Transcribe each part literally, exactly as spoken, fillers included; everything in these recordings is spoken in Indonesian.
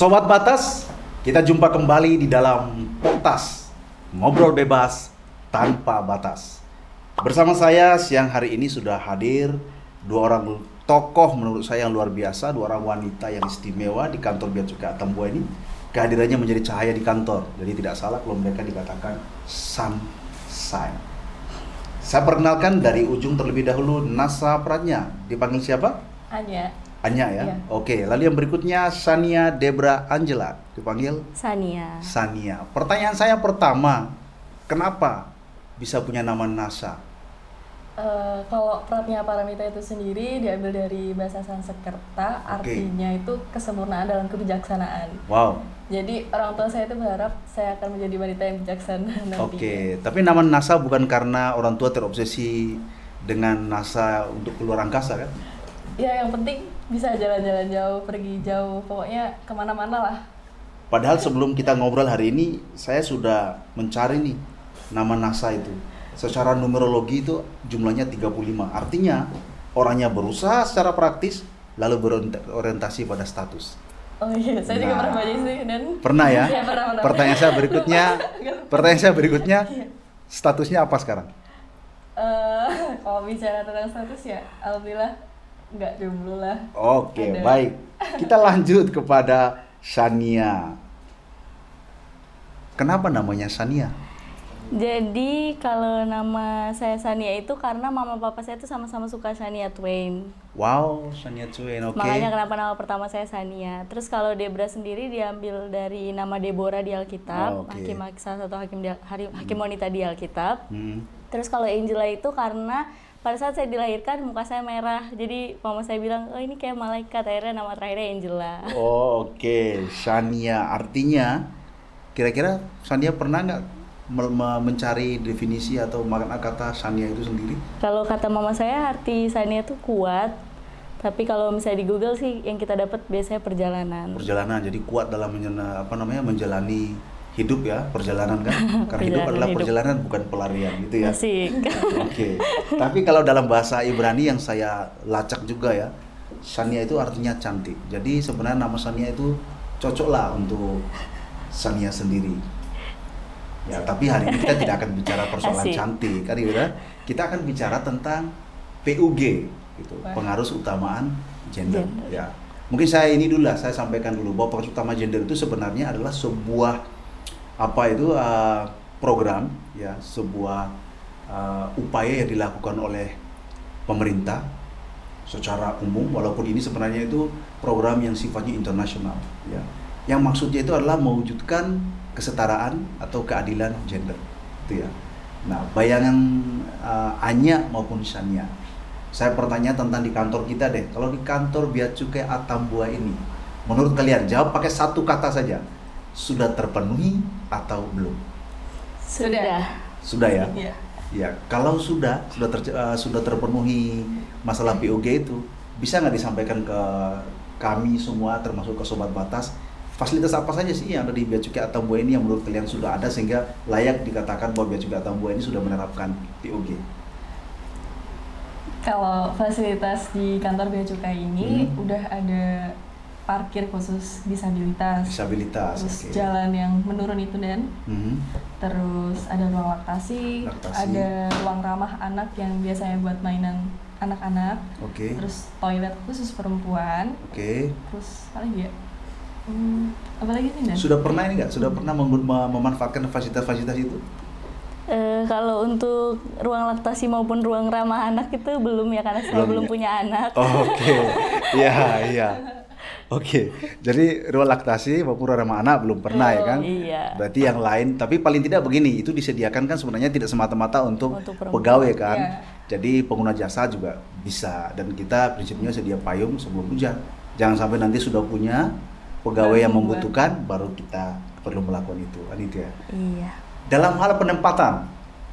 Sobat Batas, kita jumpa kembali di dalam Potas, ngobrol bebas tanpa batas. Bersama saya siang hari ini sudah hadir dua orang tokoh menurut saya yang luar biasa, dua orang wanita yang istimewa di kantor Bea Cukai Atambua ini. Kehadirannya menjadi cahaya di kantor, jadi tidak salah kalau mereka dikatakan sunshine. Saya perkenalkan dari ujung terlebih dahulu, Nasa Pradnya. Dipanggil siapa? Anya. Anya ya? Iya. Oke, lalu yang berikutnya Sania Debra Angela. Dipanggil? Sania. Sania. Pertanyaan saya pertama, kenapa bisa punya nama Nasa? Uh, kalau Pratnya Paramita itu sendiri diambil dari bahasa Sanskerta, Oke. artinya itu kesempurnaan dalam kebijaksanaan. Wow. Jadi orang tua saya itu berharap saya akan menjadi wanita yang bijaksana nantinya. Oke, tapi nama NASA bukan karena orang tua terobsesi dengan NASA untuk keluar angkasa kan? Ya yang penting bisa jalan-jalan jauh, pergi jauh, pokoknya kemana-mana lah. Padahal sebelum kita ngobrol hari ini, saya sudah mencari nih nama NASA itu. Secara numerologi itu jumlahnya tiga puluh lima. Artinya orangnya berusaha secara praktis lalu berorientasi pada status. Oh iya, saya Nah. juga pernah baca sih dan Pernah ya? Iya, pernah, pernah. Pertanyaan saya berikutnya, pertanyaan saya berikutnya, Iya. statusnya apa sekarang? Eh, kalau bicara tentang status ya, alhamdulillah nggak jomblo lah. Oke, Ada. baik. Kita lanjut kepada Sania. Kenapa namanya Sania? Jadi kalau nama saya Sania itu karena mama papa saya itu sama-sama suka Shania Twain. Wow, Sania Twain, oke. Makanya kenapa nama pertama saya Sania. Terus kalau Debra sendiri diambil dari nama Deborah di Oh, Alkitab, oke. hakim salah satu hakim di, hari- hakim wanita di Alkitab. Hmm. Terus kalau Angela itu karena pada saat saya dilahirkan muka saya merah. Jadi mama saya bilang, "Oh, ini kayak malaikat." Akhirnya nama terakhirnya Angela. Oh, oke, Sania. Artinya, kira-kira Sania pernah nggak me- me- mencari definisi atau makna kata Sania itu sendiri? Kalau kata mama saya arti Sania itu kuat. Tapi kalau misalnya di Google sih yang kita dapat biasanya perjalanan. Perjalanan, jadi kuat dalam menjana, apa namanya menjalani hidup ya, perjalanan kan? Karena hidup Perjalanan adalah hidup. perjalanan bukan pelarian gitu ya. Asik. Oke. Tapi kalau dalam bahasa Ibrani yang saya lacak juga ya, Sania itu artinya cantik. Jadi sebenarnya nama Sania itu cocoklah untuk Sania sendiri. Ya, tapi hari ini kita tidak akan bicara persoalan Asik. cantik, kan gitu kan? Kita akan bicara tentang P U G, gitu, Wah. pengaruh utamaan gender. Gender. Ya, mungkin saya ini dulu lah, saya sampaikan dulu bahwa pengaruh utama gender itu sebenarnya adalah sebuah apa itu uh, program, ya, sebuah uh, upaya yang dilakukan oleh pemerintah secara umum, walaupun ini sebenarnya itu program yang sifatnya internasional, ya, yang maksudnya itu adalah mewujudkan kesetaraan atau keadilan gender, itu ya. Nah, bayangan uh, Anya maupun Sania, saya bertanya tentang di kantor kita deh. Kalau di kantor Bea Cukai Atambua ini, menurut kalian jawab pakai satu kata saja, sudah terpenuhi atau belum? Sudah. Sudah ya. Iya. Ya, kalau sudah sudah ter, uh, sudah terpenuhi masalah P U G itu, bisa nggak disampaikan ke kami semua termasuk ke Sobat Batas, fasilitas apa saja sih yang ada di Bea Cukai Atambua ini yang menurut kalian sudah ada sehingga layak dikatakan bahwa Bea Cukai Atambua ini sudah menerapkan P U G? Kalau fasilitas di kantor Bea Cukai ini Hmm. udah ada parkir khusus disabilitas, Disabilitas, terus oke. jalan yang menurun itu dan Hmm. terus ada ruang laktasi, Laktasi. ada ruang ramah anak yang biasanya buat mainan anak-anak, Oke. terus toilet khusus perempuan, Oke. terus apa lagi ya? Hmm, apa lagi nih Dan? Sudah pernah ini nggak? Sudah pernah mem- mem- memanfaatkan fasilitas-fasilitas itu? Eh, kalau untuk ruang laktasi maupun ruang ramah anak itu belum ya karena saya Belum belum ya? punya anak. Oh, oke. Iya, iya. Oke. Jadi ruang laktasi maupun ruang ramah anak belum pernah ya kan? Iya. Berarti yang lain, tapi paling tidak begini, itu disediakan kan sebenarnya tidak semata-mata untuk, Untuk perempuan. pegawai kan. Iya. Jadi pengguna jasa juga bisa, dan kita prinsipnya sedia payung sebelum hujan. Jangan sampai nanti sudah punya pegawai yang Baru membutuhkan baru kita perlu melakukan itu, kan itu ya. Iya. Dalam hal penempatan,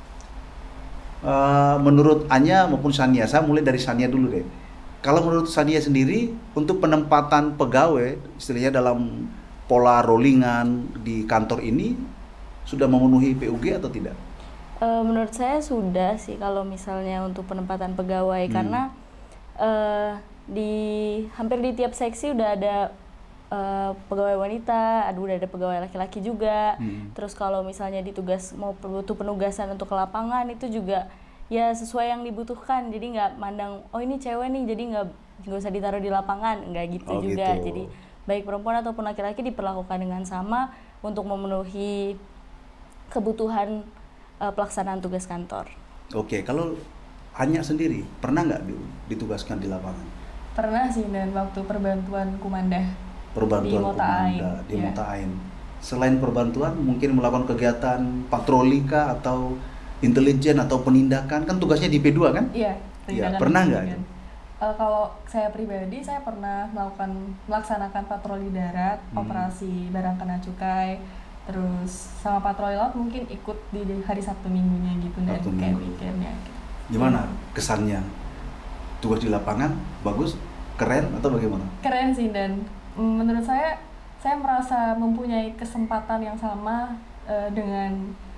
eh, menurut Anya maupun Sania, saya mulai dari Sania dulu deh. Kalau menurut Sania sendiri, untuk penempatan pegawai, istilahnya dalam pola rollingan di kantor ini, sudah memenuhi P U G atau tidak? Eh, menurut saya sudah sih kalau misalnya untuk penempatan pegawai Hmm. karena eh, di hampir di tiap seksi udah ada uh, pegawai wanita, ada udah ada pegawai laki-laki juga. Hmm. Terus kalau misalnya ditugas mau butuh penugasan untuk ke lapangan itu juga ya sesuai yang dibutuhkan. Jadi nggak mandang oh ini cewek nih jadi nggak nggak usah ditaruh di lapangan, nggak gitu Oh, juga. gitu. Jadi baik perempuan ataupun laki-laki diperlakukan dengan sama untuk memenuhi kebutuhan uh, pelaksanaan tugas kantor. Oke, kalau Anya sendiri pernah nggak ditugaskan di lapangan? Pernah sih, dan waktu perbantuan Kumandah Perbantuan di Mota Ain. Komanda, di Ya. Mota Ain. Selain perbantuan, mungkin melakukan kegiatan patroli kah atau intelijen atau penindakan, kan tugasnya di P dua kan? Iya, Iya, tindakan pernah nggak pendidikan. itu? Eh, kalau saya pribadi, saya pernah melakukan melaksanakan patroli darat, Hmm. operasi barang kena cukai, terus sama patroli laut mungkin ikut di hari Sabtu Minggunya gitu, dan Sabtu kayak Minggu. weekendnya. Gitu. Gimana kesannya? Tugas di lapangan bagus, keren atau bagaimana? Keren sih, dan mm, menurut saya, saya merasa mempunyai kesempatan yang sama eh, dengan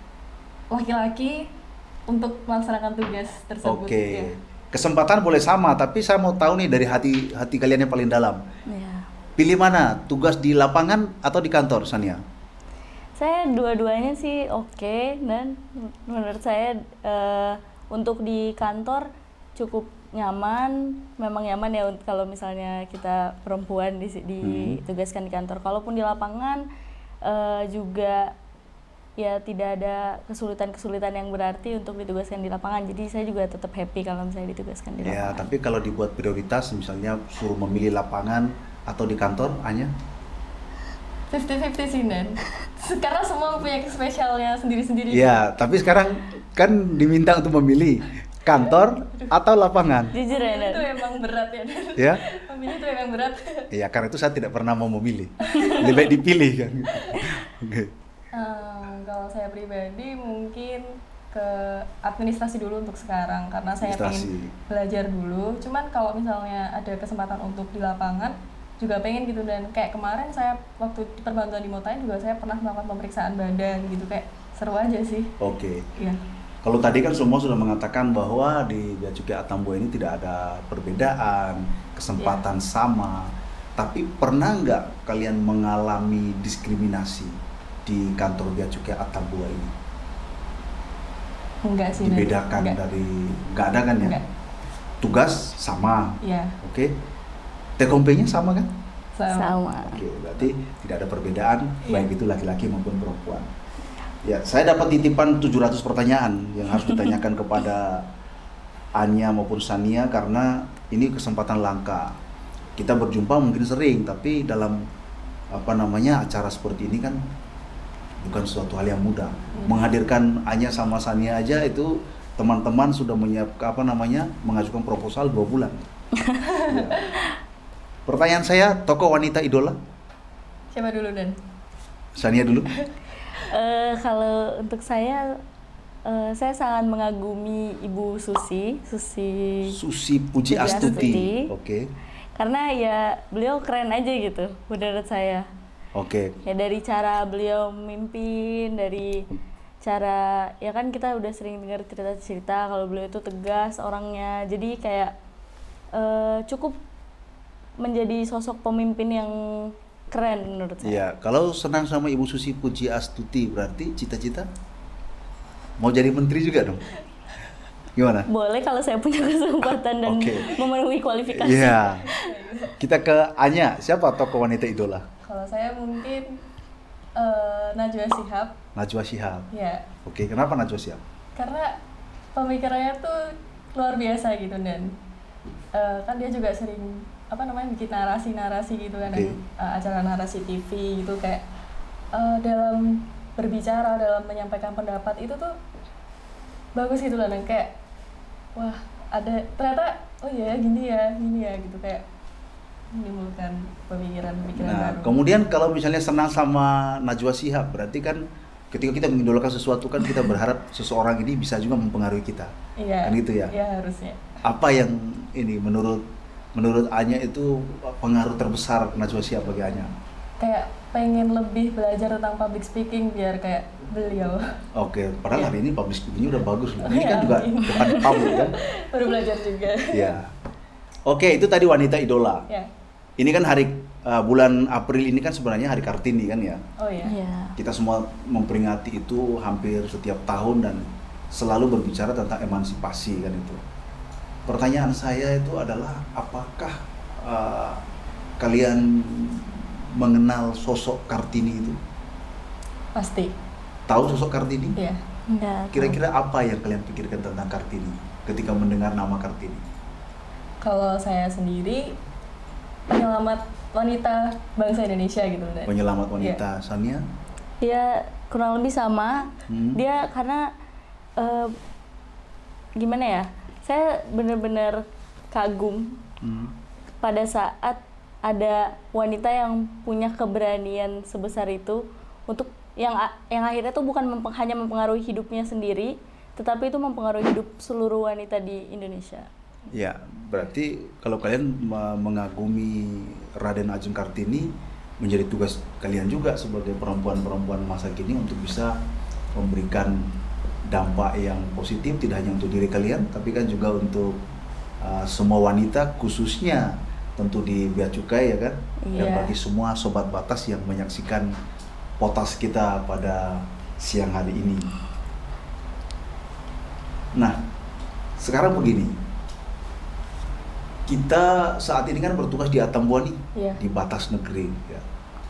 laki-laki untuk melaksanakan tugas tersebut. Oke. Ya. Kesempatan boleh sama, tapi saya mau tahu nih dari hati hati kalian yang paling dalam. Ya. Pilih mana? Tugas di lapangan atau di kantor, Sania? Saya dua-duanya sih oke, dan menurut saya eh, untuk di kantor cukup nyaman, memang nyaman ya untuk kalau misalnya kita perempuan di, ditugaskan di kantor. Kalaupun di lapangan eh, juga ya tidak ada kesulitan-kesulitan yang berarti untuk ditugaskan di lapangan. Jadi saya juga tetap happy kalau misalnya ditugaskan di Ya, lapangan. tapi kalau dibuat prioritas, misalnya suruh memilih lapangan atau di kantor, Anya? fifty-fifty sih, Dan. Karena semua punya spesialnya sendiri-sendiri. Ya, tapi sekarang kan diminta untuk memilih kantor atau lapangan. Jujur ya, Dan? Itu emang berat ya, Dan. Ya, Memilih itu emang berat. ya karena itu saya tidak pernah mau memilih. Lebih baik dipilih kan. Oke. Ehm, kalau saya pribadi mungkin ke administrasi dulu untuk sekarang, karena saya Administrasi. pengen belajar dulu. Cuman kalau misalnya ada kesempatan untuk di lapangan juga pengen gitu, dan kayak kemarin saya waktu di perbantuan di Motain juga saya pernah melakukan pemeriksaan badan gitu, kayak seru aja sih. Oke. Iya. Kalau tadi kan semua sudah mengatakan bahwa di Bea Cukai Atambua ini tidak ada perbedaan, kesempatan sama. Tapi pernah nggak kalian mengalami diskriminasi di kantor Bea Cukai Atambua ini? Enggak sih. Dan. Dibedakan Enggak. dari nggak ada kan ya? Enggak. Tugas sama, Iya. oke? Take home pay-nya sama kan? Sama. Sama. Oke, berarti tidak ada perbedaan Iya. baik itu laki-laki maupun perempuan. Ya, saya dapat titipan tujuh ratus pertanyaan yang harus ditanyakan kepada Anya maupun Sania karena ini kesempatan langka. Kita berjumpa mungkin sering, tapi dalam apa namanya acara seperti ini kan bukan suatu hal yang mudah. Iya. Menghadirkan Anya sama Sania aja itu teman-teman sudah menyiapkan apa namanya mengajukan proposal dua bulan. Ya. Pertanyaan saya, tokoh wanita idola? Siapa dulu, Dan? Sania dulu. Eh, kalau untuk saya, eh, saya sangat mengagumi Ibu Susi, Susi, Susi Puji Puji Astuti. Astuti. Oke. karena ya beliau keren aja gitu menurut saya. Oke. Ya dari cara beliau memimpin, dari cara ya kan kita udah sering dengar cerita-cerita kalau beliau itu tegas orangnya, jadi kayak eh, cukup menjadi sosok pemimpin yang keren menurut saya. Iya, kalau senang sama Ibu Susi Puji Astuti berarti cita-cita mau jadi menteri juga dong? Gimana? Boleh kalau saya punya kesempatan dan Oke. memenuhi kualifikasi. Iya. Kita ke Anya, siapa tokoh wanita idola? Kalau saya mungkin eh, Najwa Shihab. Najwa Shihab. Ya, Oke, kenapa Najwa Shihab? karena pemikirannya tuh luar biasa gitu, dan eh, kan dia juga sering apa namanya bikin narasi-narasi gitu kan, dan Oke. eh, acara narasi T V gitu, kayak eh, dalam berbicara, dalam menyampaikan pendapat itu tuh bagus gitu loh, dan kayak wah ada ternyata oh iya gini ya gini ya gitu, kayak menimbulkan pemikiran-pemikiran Nah, baru. kemudian kalau misalnya senang sama Najwa Shihab, berarti kan ketika kita mengidolakan sesuatu kan kita berharap seseorang ini bisa juga mempengaruhi kita. Iya. Kan gitu ya? Iya harusnya. Apa yang ini menurut menurut Anya itu pengaruh terbesar Najwa Shihab bagi Anya? Kayak pengen lebih belajar tentang public speaking biar kayak beliau. Oke, padahal Iya. hari ini public speaking-nya udah bagus loh. Ini Iya, kan juga amin. depan kamu kan? Baru belajar juga. Iya. Oke, itu tadi wanita idola. Ya. Ini kan hari uh, bulan April ini kan sebenarnya Hari Kartini kan ya. Oh iya. Iya. Kita semua memperingati itu hampir setiap tahun dan selalu berbicara tentang emansipasi kan itu. Pertanyaan saya itu adalah apakah uh, kalian mengenal sosok Kartini itu? Pasti. Tahu sosok Kartini? Iya. Enggak. Kira-kira apa yang kalian pikirkan tentang Kartini ketika mendengar nama Kartini? Kalau saya sendiri penyelamat wanita bangsa Indonesia gitu kan. Penyelamat wanita, Sania? Dia kurang lebih sama. Hmm. Dia karena eh, gimana ya? Saya benar-benar kagum Hmm. pada saat ada wanita yang punya keberanian sebesar itu untuk yang a- yang akhirnya tuh bukan mempen- hanya mempengaruhi hidupnya sendiri, tetapi itu mempengaruhi hidup seluruh wanita di Indonesia. Ya, berarti kalau kalian me- mengagumi Raden Ajeng Kartini, menjadi tugas kalian juga sebagai perempuan-perempuan masa kini untuk bisa memberikan dampak yang positif tidak hanya untuk diri kalian, tapi kan juga untuk uh, semua wanita, khususnya tentu di Bea Cukai ya kan, dan Iya. bagi semua sobat batas yang menyaksikan potas kita pada siang hari ini. Nah, sekarang begini, kita saat ini kan bertugas di Atambua nih, Iya. di batas negeri. Ya.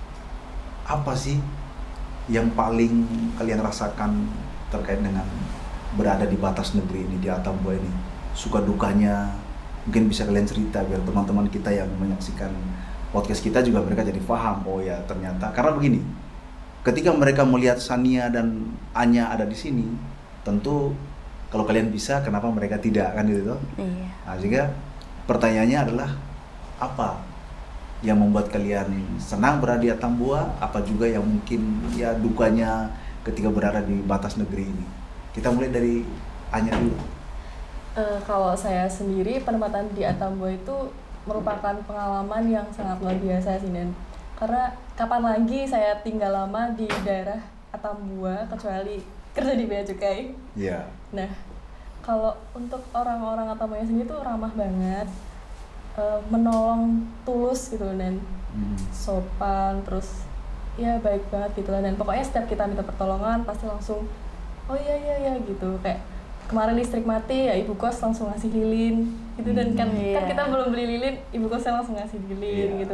Apa sih yang paling kalian rasakan terkait dengan berada di batas negeri ini, di Atambua ini? Suka dukanya, mungkin bisa kalian cerita biar teman-teman kita yang menyaksikan podcast kita juga mereka jadi paham. Oh ya ternyata, karena begini, ketika mereka melihat Sania dan Anya ada di sini, tentu kalau kalian bisa, kenapa mereka tidak kan gitu toh? Iya. Nah, sehingga pertanyaannya adalah apa yang membuat kalian senang berada di Atambua, apa juga yang mungkin ya dukanya ketika berada di batas negeri ini. Kita mulai dari Anya dulu. Eh, kalau saya sendiri penempatan di Atambua itu merupakan pengalaman yang sangat luar biasa sih, dan karena kapan lagi saya tinggal lama di daerah Atambua kecuali kerja di Bea Cukai. Iya. Nah, kalau untuk orang-orang Atambua sendiri tuh ramah banget, eh, menolong tulus gitu, dan Hmm. sopan, terus ya baik banget gitu lah. Dan pokoknya setiap kita minta pertolongan pasti langsung oh iya iya iya gitu. Kayak kemarin listrik mati ya ibu kos langsung ngasih lilin gitu, dan kan, Hmm, kan iya. kita belum beli lilin, ibu kosnya langsung ngasih lilin Iya. gitu.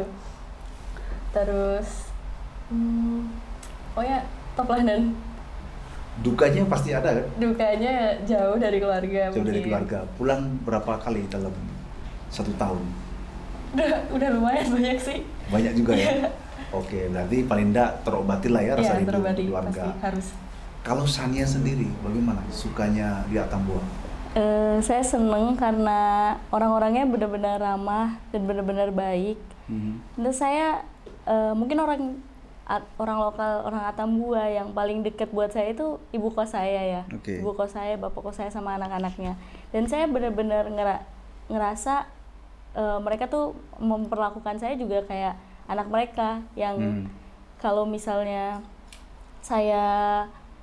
Terus hmm, pokoknya top lah. Dan Dukanya pasti ada kan? dukanya jauh dari keluarga. Jauh dari mungkin. keluarga. Pulang berapa kali dalam satu tahun? Udah udah lumayan banyak sih. Banyak juga ya. Oke, berarti paling enggak terobati lah ya rasa Iya, rindu terobati untuk keluarga. pasti harus. Kalau Sania sendiri, bagaimana sukanya di Atambua? Eh, saya seneng karena orang-orangnya benar-benar ramah dan benar-benar baik. Hmm. Dan saya eh, mungkin orang at- orang lokal, orang Atambua yang paling dekat buat saya itu ibu kos saya ya. Oke. Ibu kos saya, bapak kos saya sama anak-anaknya. Dan saya benar-benar ngera- ngerasa eh, mereka tuh memperlakukan saya juga kayak anak mereka yang Hmm. kalau misalnya saya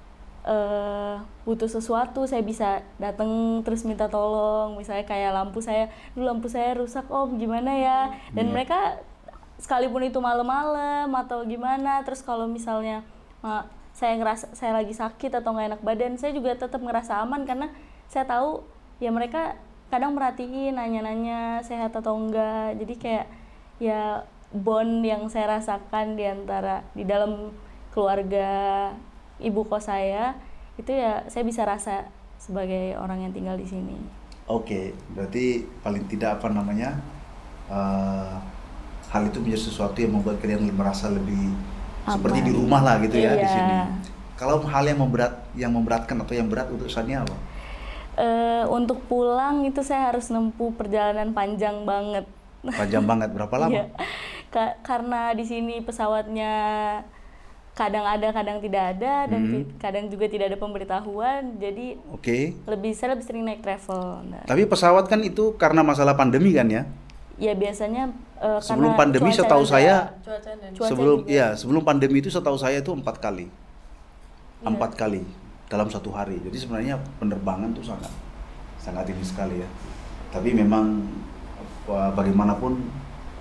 eh, butuh sesuatu saya bisa datang terus minta tolong, misalnya kayak lampu saya, dulu lampu saya rusak om gimana ya, dan Iya. mereka sekalipun itu malam-malam atau gimana, terus kalau misalnya ma- saya ngerasa saya lagi sakit atau nggak enak badan, saya juga tetap ngerasa aman karena saya tahu ya mereka kadang merhatiin, nanya-nanya sehat atau enggak, jadi kayak ya bond yang saya rasakan di antara di dalam keluarga ibu kos saya itu ya saya bisa rasa sebagai orang yang tinggal di sini. Oke, berarti paling tidak apa namanya eh, hal itu menjadi sesuatu yang membuat kalian merasa lebih seperti Aman. di rumah lah gitu ya di Iya. sini. Kalau hal yang memberat, yang memberatkan atau yang berat untuk Sania apa? Eh, untuk pulang itu saya harus nempuh perjalanan panjang banget. Panjang banget, berapa lama? Iya. Ka- karena di sini pesawatnya kadang ada, kadang tidak ada, dan Hmm. ti- kadang juga tidak ada pemberitahuan, jadi Oke. lebih saya lebih sering naik travel. Nah, Tapi pesawat kan itu karena masalah pandemi kan ya? ya biasanya eh, Sebelum karena pandemi cuaca setahu juga- saya Cuaca dan Cuaca sebelum juga. ya sebelum pandemi itu setahu saya itu empat kali, Iya. empat kali dalam satu hari. Jadi sebenarnya penerbangan tuh sangat sangat ini sekali ya. Tapi memang wah, bagaimanapun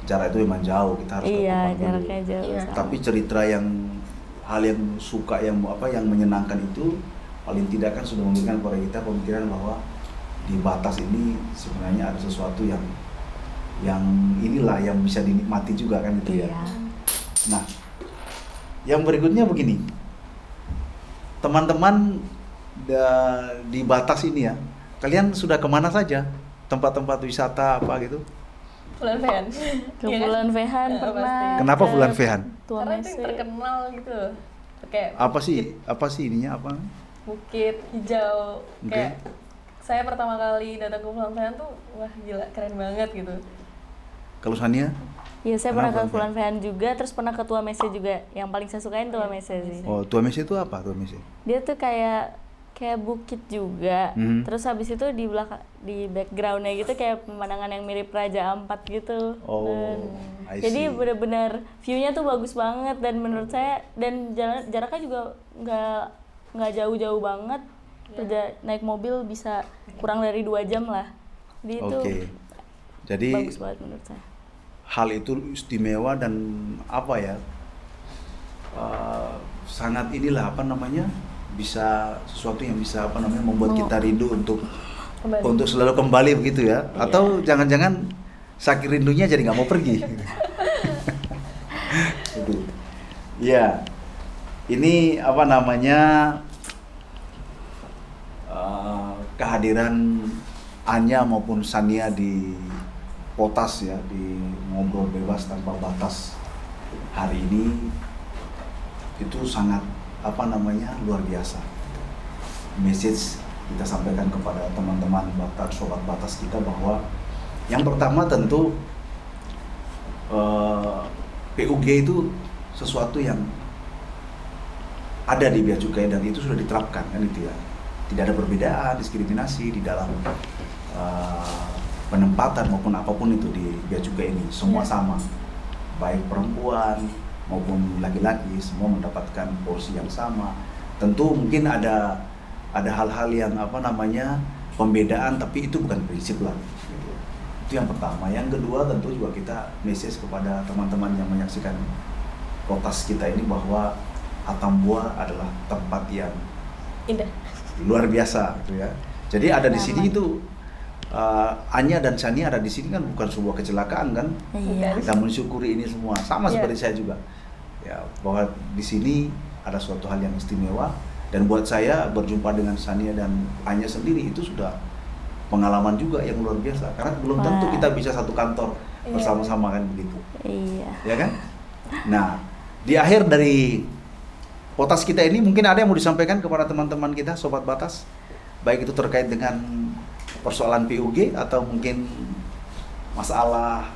jarak itu memang jauh, kita harus ke Iya, Kupang dulu. jaraknya jauh. Iya. sama. Tapi cerita yang hal yang suka, yang apa, yang menyenangkan itu paling tidak kan sudah memberikan kepada kita pemikiran bahwa di Batas ini sebenarnya ada sesuatu yang yang inilah yang bisa dinikmati juga kan gitu ya. Iya. Nah, yang berikutnya begini, teman-teman da- di Batas ini ya, kalian sudah kemana saja? Tempat-tempat wisata apa gitu? Bulan Vehan. Ke Iya kan? Bulan Vehan Ya, pernah. pasti. Kenapa ke Bulan Vehan? Tua Karena itu Mese. yang terkenal gitu. Kayak Apa sih? Apa sih ininya apa? bukit hijau. Oke. Kayak saya pertama kali datang ke Bulan Vehan tuh wah gila keren banget gitu. Kalau Sania? Iya, saya pernah Kenapa, ke Bulan Vehan juga, terus pernah ke Tua Mese juga. Yang paling saya sukain Tua Mese sih. Oh, Tua Mese itu apa? Tua Mese? Dia tuh kayak kayak bukit juga. Mhm. Terus habis itu di belakang di backgroundnya gitu kayak pemandangan yang mirip Raja Ampat gitu. Oh, Dan- I jadi see. benar-benar view-nya tuh bagus banget dan menurut saya dan jalan jaraknya juga nggak nggak jauh-jauh banget. Perja- naik mobil bisa kurang dari dua jam lah. Jadi itu Oke. Jadi bagus banget menurut saya. hal itu istimewa dan apa ya? eh, sangat inilah apa namanya? Bisa sesuatu yang bisa apa namanya membuat Mau- kita rindu untuk Kembali. untuk selalu kembali begitu ya? Iya. Atau jangan-jangan saking rindunya jadi nggak mau pergi? Itu. Iya. Ini apa namanya? eh, kehadiran Anya maupun Sania di Potas ya, di Ngobrol Bebas Tanpa Batas hari ini itu sangat apa namanya luar biasa. Message kita sampaikan kepada teman-teman Batas, sobat Batas kita bahwa yang pertama tentu eh, P U G itu sesuatu yang ada di Bea Cukai dan itu sudah diterapkan kan itu ya. Tidak ada perbedaan diskriminasi di dalam uh, penempatan maupun apapun itu di Bea Cukai ini, semua Ya. sama, baik perempuan maupun laki-laki semua mendapatkan porsi yang sama. Tentu mungkin ada ada hal-hal yang apa namanya pembedaan, tapi itu bukan prinsip lah gitu. Itu yang pertama. Yang kedua tentu juga kita message kepada teman-teman yang menyaksikan Potas kita ini bahwa Atambua adalah tempat yang Indah. luar biasa gitu ya. Jadi ada di sini Nyaman. itu uh, Anya dan Sania ada di sini kan bukan sebuah kecelakaan kan. Iya. Kita mensyukuri ini semua sama Iya. seperti saya juga. Ya, bahwa di sini ada suatu hal yang istimewa dan buat saya berjumpa dengan Sania dan Anya sendiri itu sudah pengalaman juga yang luar biasa karena belum tentu Wah. kita bisa satu kantor Iya. bersama-sama kan begitu. Iya. Ya kan? Nah, di akhir dari Potas kita ini mungkin ada yang mau disampaikan kepada teman-teman kita Sobat Batas, baik itu terkait dengan persoalan P U G atau mungkin masalah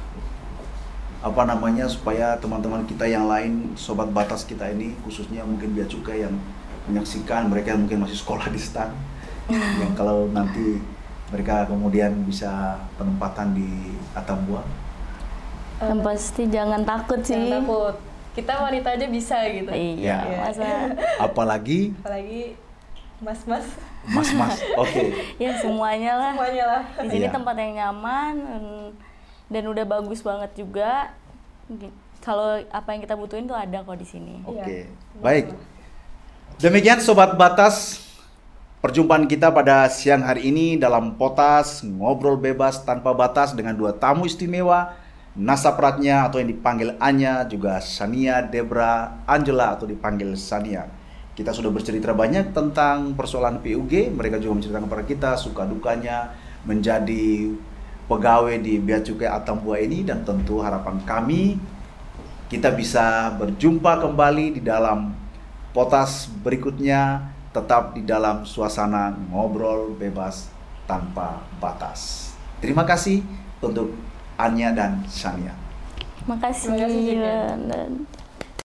apa namanya supaya teman-teman kita yang lain Sobat Batas kita ini khususnya mungkin Bea Cukai yang menyaksikan, mereka yang mungkin masih sekolah di stan yang kalau nanti mereka kemudian bisa penempatan di Atambua. Yang pasti jangan takut sih. Jangan takut. Kita wanita aja bisa gitu. Iya, Iya. masa Apalagi Apalagi mas-mas mas-mas. Oke. ya semuanya lah. semuanya lah. Di sini Iya. tempat yang nyaman dan, dan udah bagus banget juga. Gi- Kalau apa yang kita butuhin tuh ada kok di sini. Oke, Iya. baik. Demikian Sobat Batas, perjumpaan kita pada siang hari ini dalam Potas Ngobrol Bebas Tanpa Batas dengan dua tamu istimewa, Nasapratnya atau yang dipanggil Anya, juga Sania Debra Angela atau dipanggil Sania. Kita sudah bercerita banyak tentang persoalan P U G, mereka juga menceritakan kepada kita suka dukanya menjadi pegawai di Bea Cukai Atambua ini dan tentu harapan kami kita bisa berjumpa kembali di dalam Potas berikutnya, tetap di dalam suasana ngobrol bebas tanpa batas. Terima kasih untuk Anya dan Sania. Makasih. Terima kasih juga. dan-